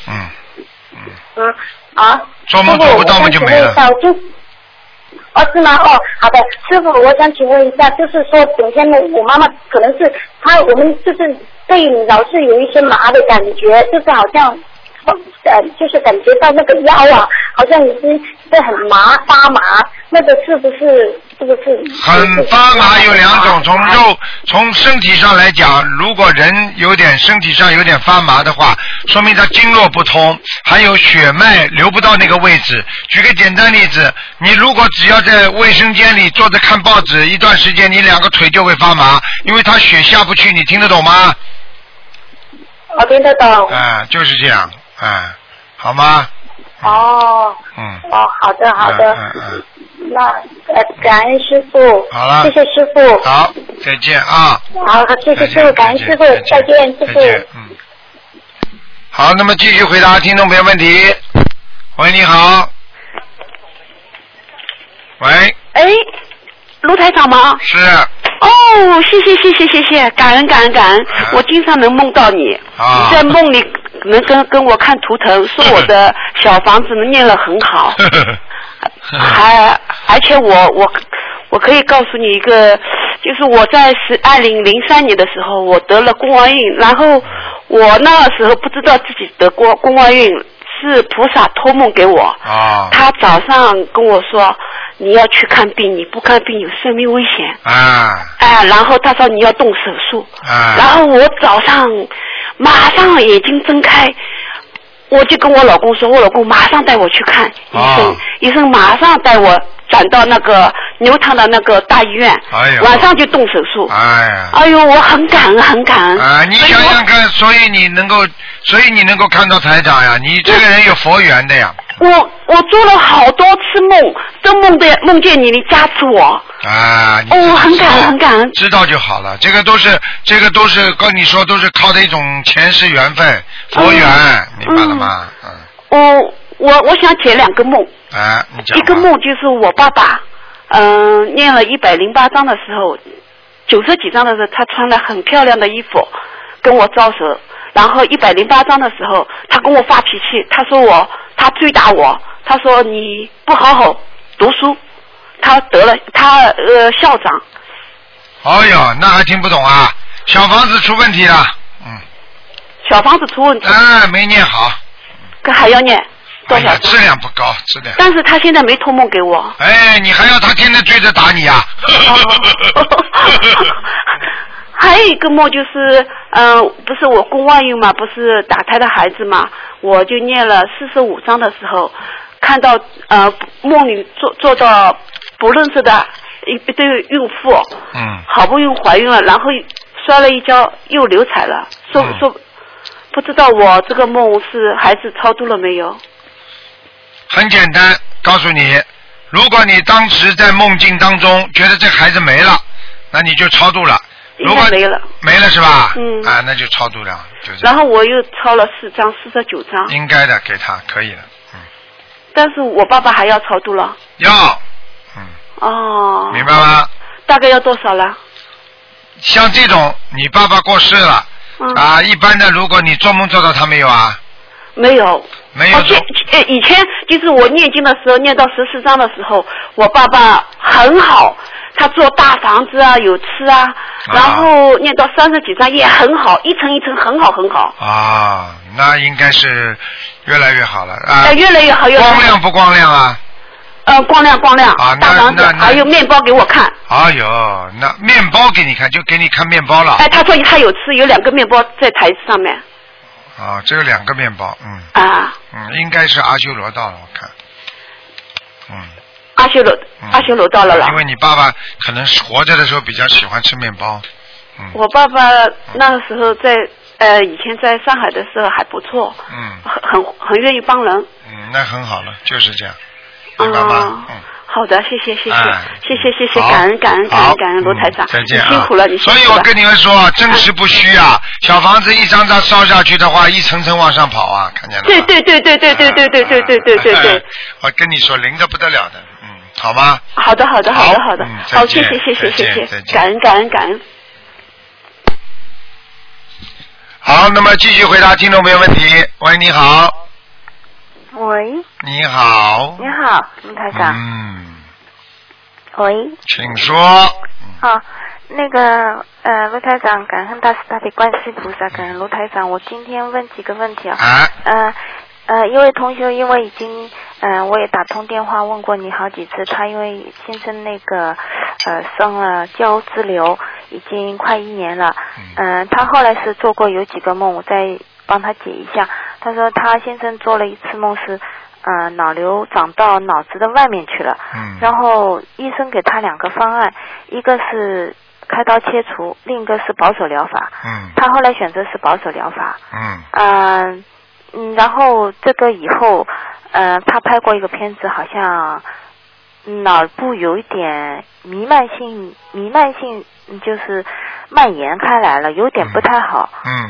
做梦做不到嘛就没了。 是吗？好的，师傅，我想请问一下，就是说整天呢，我妈妈可能是我们就是对你老是有一些麻的感觉，就是好像就是感觉到那个腰啊，好像已经在很发麻，那个是不是？ 很发麻有2种，从身体上来讲，如果人身体上有点发麻的话，说明他经络不通，还有血脉流不到那个位置。举个简单例子，你如果只要在卫生间里坐着看报纸一段时间，你2个腿就会发麻，因为他血下不去，你听得懂吗？ 我听得懂。 就是这样，好吗？ 好的。那感恩师傅。 好了。 谢谢师傅。 好，再见啊。 好，谢谢师傅，感恩师傅，再见，师傅。 好，那么继续回答听众朋友问题。喂，你好。喂。 卢台长吗？ 是。 谢谢，感恩。我经常能梦到你，你在梦里能跟我看图腾，说我的小房子能念得很好，而且我可以告诉你一个，就是我在2003年的时候，我得了宫外孕，然后我那时候不知道自己得过宫外孕，是菩萨托梦给我。他早上跟我说你要去看病，你不看病有生命危险。然后他说你要动手术。然后我早上马上眼睛睁开，我就跟我老公说，我老公马上带我去看医生，医生马上带我转到那个牛塘的那个大医院，晚上就动手术。我很感恩。 你想想看， 所以你能够看到台长呀，你这个人有佛缘的呀。 我做了好多次梦，都梦见你加持我。 啊， 很感恩。 知道就好了，这个都是跟你说都是靠的一种前世缘分、佛缘，明白了吗？ 我想解2个梦。 你讲。 一个梦就是我爸爸，念了108章的时候，90几章的时候，他穿了很漂亮的衣服跟我招手，然后108章的时候，他跟我发脾气，他追打我，他说你不好好读书，他得了校长。 哎呦，那还听不懂啊！小房子出问题了， 小房子出问题。 没念好。 还要念多少？ 质量不高，质量。 但是他现在没托梦给我。 你还要他天天追着打你啊？ 还有一个梦就是，不是我宫外孕嘛，不是打胎的孩子嘛，我就念了45章的时候，看到梦里做到不认识的一对孕妇，好不容易怀孕了，然后摔了一跤又流产了，说不知道我这个梦是孩子超度了没有？ 很简单，告诉你，如果你当时在梦境当中觉得这孩子没了，那你就超度了。如果没了是吧？那就超度了，就这样。 然后我又超了4章49章。 应该的，给他可以了。 但是我爸爸还要超度了。 要。明白吗？ 大概要多少了？ 像这种，你爸爸过世了，一般的，如果你做梦做到他没有啊？ 没有。 没有。 以前就是我念经的时候，念到14章的时候，我爸爸很好，他做大房子啊，有吃啊，然后念到30几章也很好，一层一层很好很好。 那应该是越来越好了越来越好。 光亮不光亮啊？ 光亮。大房子还有面包给我看。 哎呦，那面包给你看，就给你看面包了。 他说他有吃，有2个面包在台子上面。 这有2个面包，应该是阿修罗到了，我看。 阿修罗到了了。 因为你爸爸可能活着的时候比较喜欢吃面包。 我爸爸那个时候以前在上海的时候还不错。很愿意帮人。 那很好了，就是这样，明白吗？ 好的，谢谢，感恩罗台长， 再见， 你辛苦了，你辛苦了。 所以我跟你们说，真实不虚啊！小房子一张张烧下去的话，一层层往上跑啊，看见了吗？ 对。 我跟你说，灵的不得了的，好吗？ 好的，好，谢谢，感恩。 好，那么继续回答听众朋友问题。喂，你好。 喂。 你好。 你好，卢台长。喂。 请说。 那个卢台长，感恩大慈大悲观世音菩萨，感恩卢台长。我今天问几个问题一位同学因为已经我也打通电话问过你好几次，他因为先生那个生了胶质瘤，已经快1年了。他后来是做过有几个梦，我再帮他解一下。他说他先生做了一次梦是脑瘤长到脑子的外面去了。然后医生给他2个方案，一个是开刀切除，另一个是保守疗法。他后来选择是保守疗法。然后这个以后他拍过一个片子，好像脑部有一点弥漫性就是蔓延开来了，有点不太好。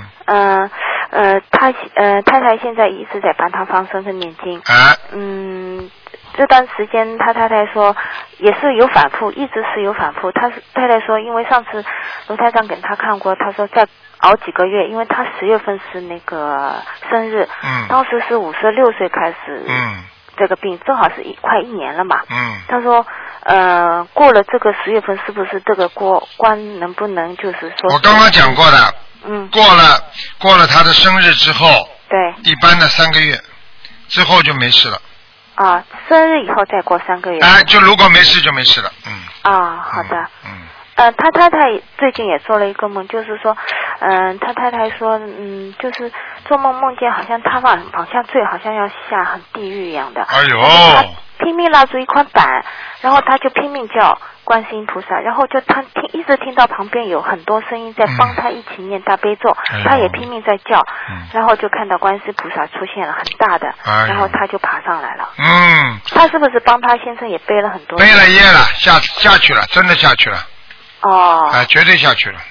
他太太现在一直在帮他放生跟念经。这段时间他太太说也是有反复，一直是有反复。他太太说，因为上次卢台长给他看过，他说再熬几个月，因为他10月份是那个生日，当时是56岁开始这个病，正好是快1年了嘛。他说过了这个10月份，是不是这个关能不能就是说？ 我刚刚讲过的。过了他的生日之后， 对， 一般的3个月之后就没事了。 生日以后再过3个月。 就如果没事就没事了。 好的。他太太最近也做了一个梦，就是说，他太太说，就是做梦见好像他往下坠，好像要下很地狱一样的。 哎呦！ 拼命拉住一块板，然后他就拼命叫观世音菩萨，然后就他一直听到旁边有很多声音在帮他一起念大悲咒，他也拼命在叫，然后就看到观世音菩萨出现了很大的，然后他就爬上来了。他是不是帮他先生也背了很多？ 背了业了，下去了，真的下去了。绝对下去了。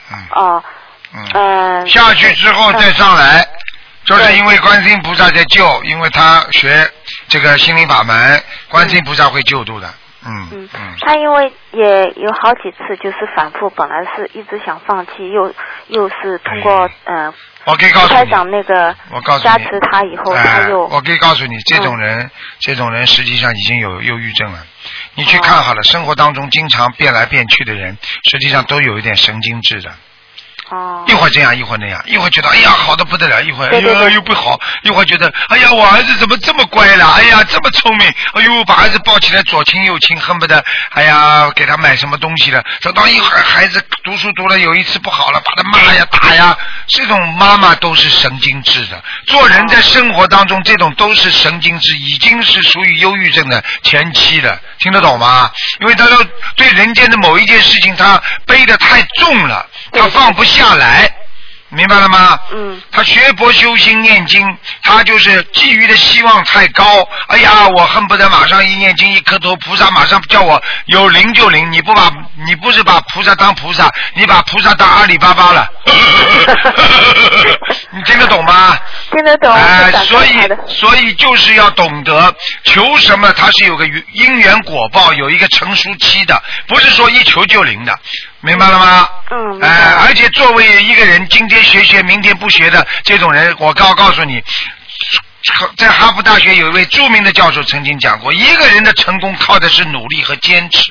下去之后再上来。就是因为观世音菩萨在救，因为他学这个心灵法门，观世音菩萨会救度的。 他因为也有好几次就是反复，本来是一直想放弃，又是通过我可以告诉你， 台长那个加持他以后，他又我可以告诉你，这种人实际上已经有忧郁症了。你去看好了，生活当中经常变来变去的人，实际上都有一点神经质的。一会儿这样，一会儿那样，一会儿觉得哎呀好的不得了，一会儿又不好，一会儿觉得哎呀我儿子怎么这么乖了，哎呀这么聪明，哎呦把儿子抱起来左亲右亲，恨不得哎呀给他买什么东西了。等到一会儿孩子读书读了有一次不好了，把他骂呀打呀，这种妈妈都是神经质的。做人在生活当中这种都是神经质，已经是属于忧郁症的前期了，听得懂吗？因为他都对人间的某一件事情他背得太重了，他放不下来，明白了吗？他学佛修心念经，他就是寄予的希望太高。哎呀，我恨不得马上一念经一磕头，菩萨马上叫我有灵就灵。你不是把菩萨当菩萨，你把菩萨当阿里巴巴了。你听得懂吗？ 听得懂。 所以就是要懂得求什么，它是有个因缘果报，有一个成熟期的，不是说一求就灵的。明白了吗？而且作为一个人，今天学，明天不学的这种人，我告诉你，在哈佛大学有一位著名的教授曾经讲过，一个人的成功靠的是努力和坚持。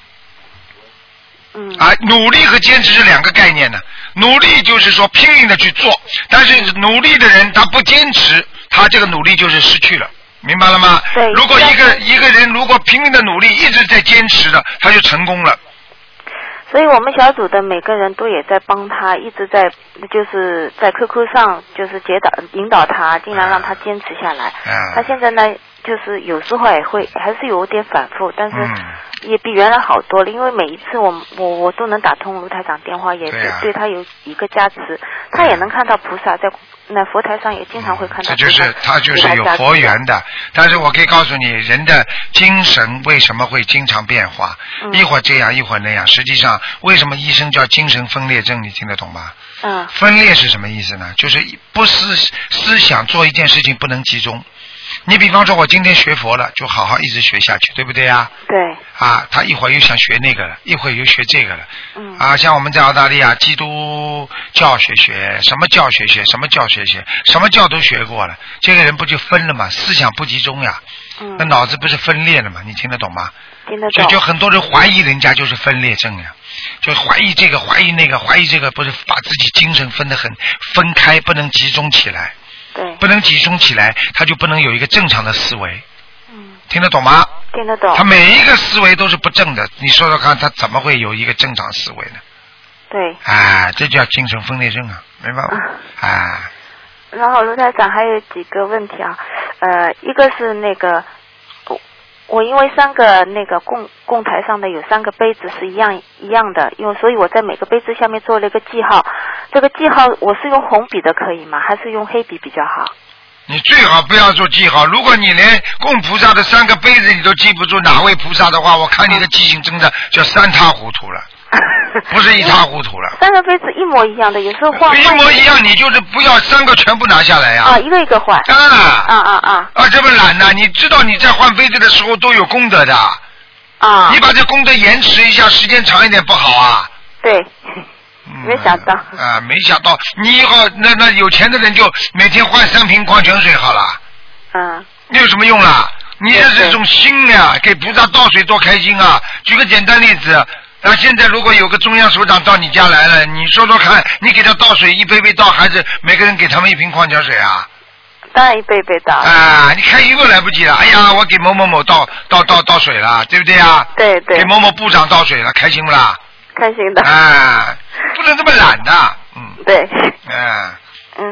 努力和坚持是两个概念呢。努力就是说拼命的去做，但是努力的人他不坚持，他这个努力就是失去了。明白了吗？如果一个人如果拼命的努力，一直在坚持的，他就成功了。 所以我们小组的每个人都也在帮他，一直在就是在 QQ 上就是引导他，尽量让他坚持下来。他现在呢，就是有时候也会还是有点反复，但是也比原来好多了。因为每一次我都能打通卢台长电话，也是对他有一个加持，他也能看到菩萨在那佛台上也经常会看到。 他就是有佛缘的。但是我可以告诉你，人的精神为什么会经常变化？一会儿这样，一会儿那样。实际上，为什么医生叫精神分裂症？你听得懂吗？分裂是什么意思呢？就是不思想做一件事情不能集中。你比方说我今天学佛了，就好好一直学下去，对不对呀？ 对。 他一会儿又想学那个了，一会儿又学这个了。像我们在澳大利亚，基督教学，什么教学，什么教学，什么教都学过了，这个人不就分了吗？思想不集中呀。那脑子不是分裂了吗？你听得懂吗？ 听得懂。 就很多人怀疑人家就是分裂症呀，就怀疑这个怀疑那个，怀疑这个，不是把自己精神分开，不能集中起来。 对， 不能集中起来，他就不能有一个正常的思维。听得懂吗？ 听得懂。 他每一个思维都是不正的，你说说看，他怎么会有一个正常思维呢？ 对。 这叫精神分裂症啊，明白吗？ 然后卢台长还有几个问题啊，一个是那个。我因为3个那个供台上的有3个杯子是一样的，所以我在每个杯子下面做了一个记号。这个记号我是用红笔的可以吗？还是用黑笔比较好？ 你最好不要做记号。如果你连供菩萨的3个杯子你都记不住哪位菩萨的话，我看你的记性真的叫三塌糊涂了。不是一塌糊涂了。 3个杯子一模一样的，有时候换。 一模一样，你就是不要3个全部拿下来呀。 一个一个换。 这么懒呢？你知道你在换杯子的时候都有功德的。你把这功德延迟一下，时间长一点不好啊？ 对。没想到。 没想到，你以后那有钱的人就每天换3瓶矿泉水好了。你有什么用啦？你这是一种心呀，给菩萨倒水多开心啊！举个简单例子。现在如果有个中央首长到你家来了，你说说看，你给他倒水一杯杯倒，还是每个人给他们1瓶矿泉水啊？ 当然一杯杯倒。 你开一个来不及了。哎呀，我给某某某倒水了，对不对啊？ 对对。 给某某部长倒水了，开心不啦？ 开心的。 不能这么懒的。 对。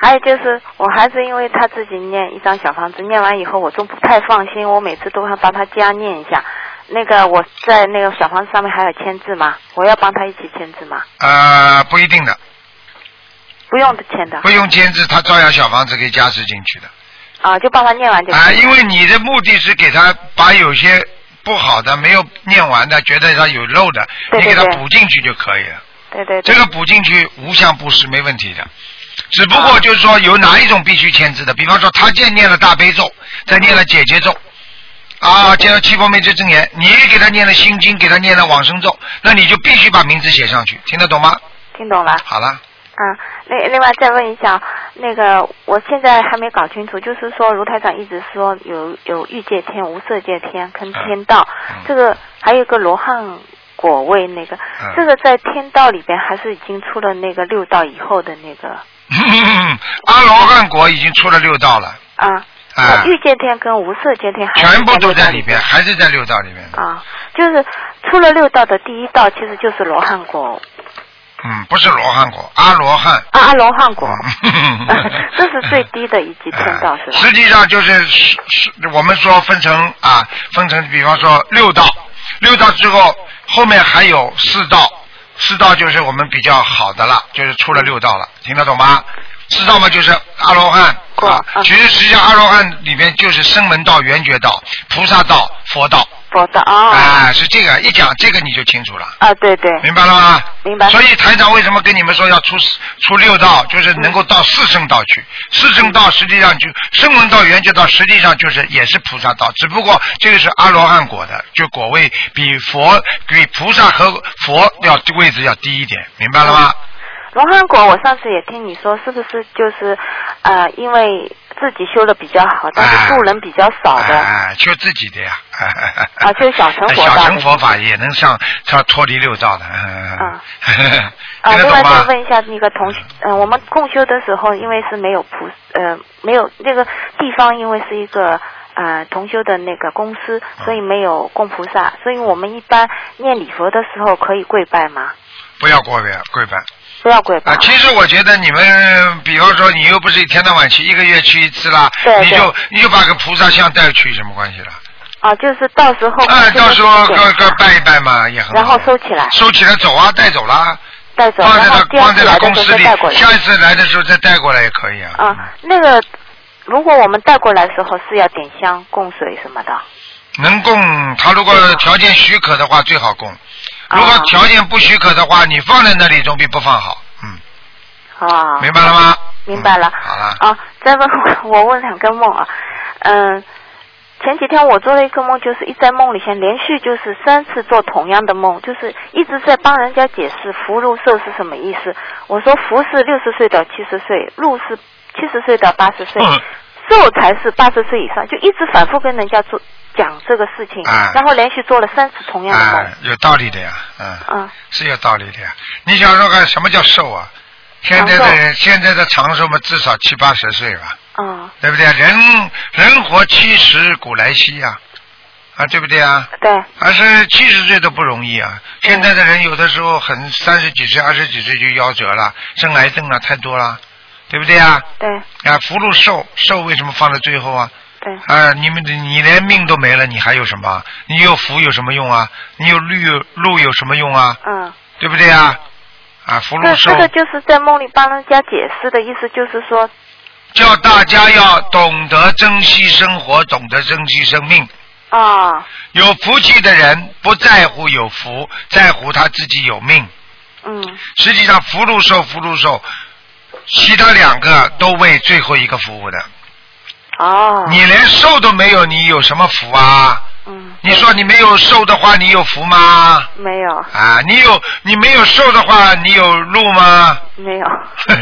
还有就是我孩子，因为他自己念一张小房子，念完以后我就不太放心，我每次都要帮他加念一下。那个我在那个小房子上面还有签字吗？我要帮他一起签字吗？ 不一定的。 不用签的。 不用签字，他照样小房子可以加持进去的。 啊，就帮他念完就可以。 因为你的目的是给他把有些不好的没有念完的，觉得他有漏的， 对对对， 你给他补进去就可以了。 对对对。 这个补进去无相布施没问题的。只不过就是说有哪一种必须签字的，比方说他先念了大悲咒，再念了解结咒，接了七佛灭罪真言，你给他念了心经，给他念了往生咒，那你就必须把名字写上去，听得懂吗？ 听懂了。 好了。 另外再问一下，那个我现在还没搞清楚，就是说卢台长一直说有欲界天、无色界天跟天道，这个还有一个罗汉果位，那个这个在天道里边还是已经出了那个六道以后的那个？ 阿罗汉果已经出了六道了。 欲界天跟无色界天全部都在里边，还是在六道里面。 就是出了六道的第一道其实就是罗汉果。 不是罗汉果，阿罗汉。 阿罗汉果。这是最低的一级天道是吧？ 实际上就是我们说分成，比方说六道之后，后面还有四道就是我们比较好的了，就是出了六道了，听得懂吗？四道嘛就是阿罗汉其实实际上阿罗汉里面就是声闻道、缘觉道、菩萨道、佛道。是这个，一讲这个你就清楚了。 对对。 明白了吗？ 明白。 所以台长为什么跟你们说要出六道，就是能够到四圣道去。四圣道实际上就声闻道、缘觉道，实际上就是也是菩萨道，只不过这个是阿罗汉果的，就果位比菩萨和佛位置要低一点，明白了吗？ 罗汉果，我上次也听你说，是不是就是因为自己修的比较好，但是助人比较少的？ 修自己的呀。 就小乘佛道。 小乘佛法也能上脱离六道的。 另外再问一下那个我们共修的时候，因为是没有没有那个地方，因为是一个同修的那个公司，所以没有供菩萨，所以我们一般念礼佛的时候可以跪拜吗？ 不要跪拜。 不要跪拜。 其实我觉得你们，比方说你又不是一天到晚去，一个月去一次啦，你就把个菩萨像带去，什么关系了？ 就是到时候。 到时候各拜一拜嘛，也很好。 然后收起来。 收起来走带走啦。 带走。 放在他公司里，下一次来的时候再带过来也可以啊。 那个，如果我们带过来的时候是要点香、供水什么的。 能供，他如果条件许可的话，最好供。如果条件不许可的话，你放在那里总比不放好。明白了吗？ 明白了。 好了。 再我问两个梦啊。前几天我做了一个梦，就是在梦里先连续就是3次做同样的梦，就是一直在帮人家解释福禄寿是什么意思。我说福是60岁到70岁，禄是70岁到80岁，寿才是80岁以上，就一直反复跟人家讲这个事情，然后连续做了3次同样的梦。 有道理的呀。是有道理的呀。你想说看什么叫寿啊？现在的长寿嘛，至少70、80岁吧。对不对？人活70古来稀呀，对不对啊？ 对。 而是70岁都不容易啊！现在的人有的时候30几岁、20几岁就夭折了，生癌症了，太多了，对不对啊？ 对。 福禄寿为什么放在最后啊？ 对。 你连命都没了，你还有什么？你有福有什么用啊？你有禄有什么用啊？对不对啊？福禄寿。 这个就是在梦里帮人家解释的意思，就是说。 叫大家要懂得珍惜生活，懂得珍惜生命。有福气的人不在乎有福，在乎他自己有命。实际上福禄寿，其他2个都为最后一个服务的。你连寿都没有，你有什么福啊？你说你没有寿的话，你有福吗？ 没有。 你没有寿的话，你有禄吗？ 没有。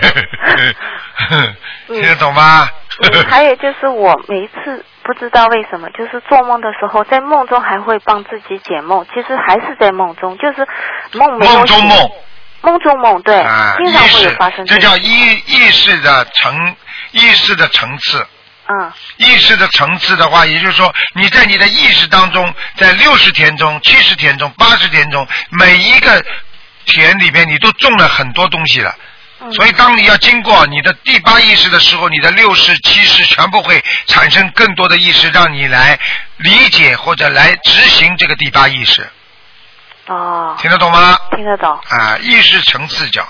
听得懂吗？ 还有就是我每一次不知道为什么，就是做梦的时候，在梦中还会帮自己解梦，其实还是在梦中，就是梦没有梦中梦。 梦中梦，对，经常会有发生。 这叫意识的层次。意识的层次的话，也就是说你在你的意识当中，在60天中、70天中、80天中，每一个田里边你都种了很多东西了。 所以当你要经过你的第8意识的时候，你的6识、7识全部会产生更多的意识，让你来理解或者来执行这个第8意识。 哦。 听得懂吗？ 听得懂。 啊，意识成4角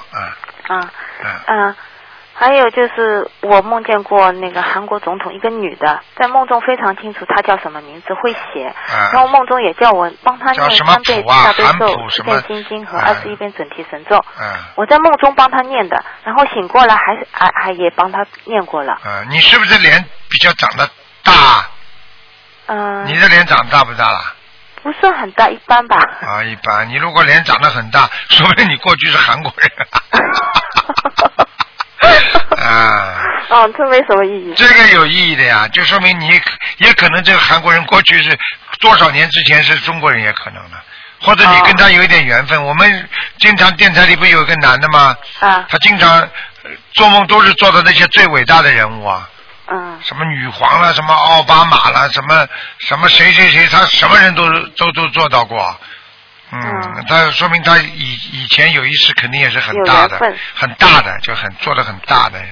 还有就是我梦见过那个韩国总统一个女的，在梦中非常清楚她叫什么名字，会写，然后梦中也叫我帮她念3遍大悲咒、7遍心经和21遍准提神咒。我在梦中帮她念的，然后醒过来还也帮她念过了。 你是不是脸比较长得大？你的脸长大不大了？ 不是很大，一般吧。 一般。你如果脸长得很大，说明你过去是韩国人。 这没什么意义。 这个有意义的呀，就说明你也可能这个韩国人过去是多少年之前是中国人也可能的，或者你跟他有一点缘分。我们经常电台里不有一个男的吗？他经常做梦都是做的那些最伟大的人物啊。什么女皇了，什么奥巴马了，什么谁，他什么人都做到过。他说明他以前有一世肯定也是很大的，就做得很大的。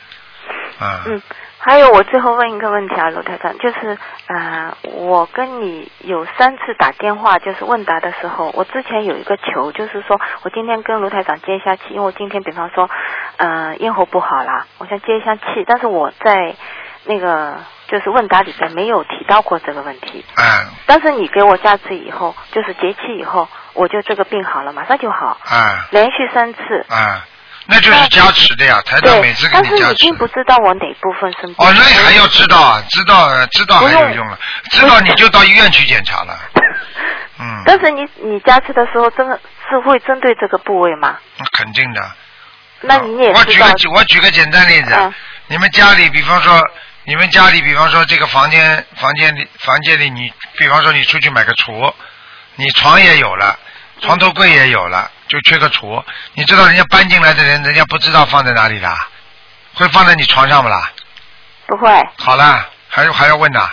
还有我最后问一个问题啊，卢台长，就是我跟你有3次打电话，就是问答的时候，我之前有一个求，就是说我今天跟卢台长接一下气，因为我今天比方说咽喉不好啦，我想接一下气，但是我在那个就是问答里边没有提到过这个问题。但是你给我加持以后，就是节气以后，我就这个病好了，马上就好。连续3次。 那就是加持的呀，台长每次给你加持。 但是你并不知道我哪部分生病。 那你还要知道啊，知道还有用了，知道你就到医院去检查了。 但是你加持的时候，真的是会针对这个部位吗？ 肯定的。 那你也知道。 我举个简单例子，你们家里比方说这个房间里，你比方说你出去买个橱，你床也有了，床头柜也有了，就缺个橱。你知道人家搬进来的人家不知道放在哪里的，会放在你床上不啦？ 不会。 好了，还要问呐？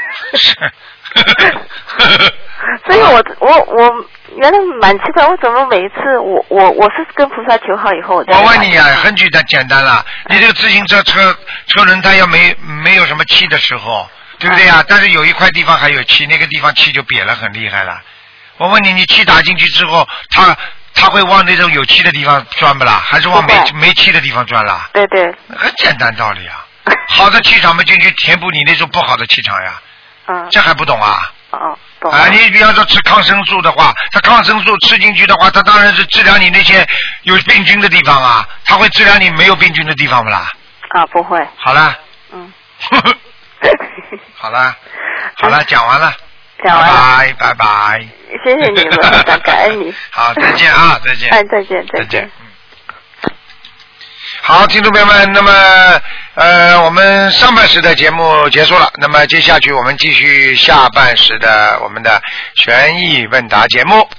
所以我原来蛮奇怪，为什么每一次我是跟菩萨求好以后， 我问你啊，很简单了，你这个自行车轮胎要没有什么气的时候，对不对啊？但是有一块地方还有气，那个地方气就瘪了，很厉害了。我问你气打进去之后，它会往那种有气的地方钻不啦？还是往没气的地方钻啦？ 对对。 很简单道理啊。好的气场嘛，进去填补你那种不好的气场呀。这还不懂啊？ 懂。 你比方说吃抗生素的话，它抗生素吃进去的话，它当然是治疗你那些有病菌的地方啊，它会治疗你没有病菌的地方不啦？ 不会。 好了。好了，讲完了。拜拜。 谢谢你，感恩你。 好，再见啊，再见。 再见。 好，听众朋友们，那么我们上半时的节目结束了，那么接下去我们继续下半时的我们的悬疑问答节目。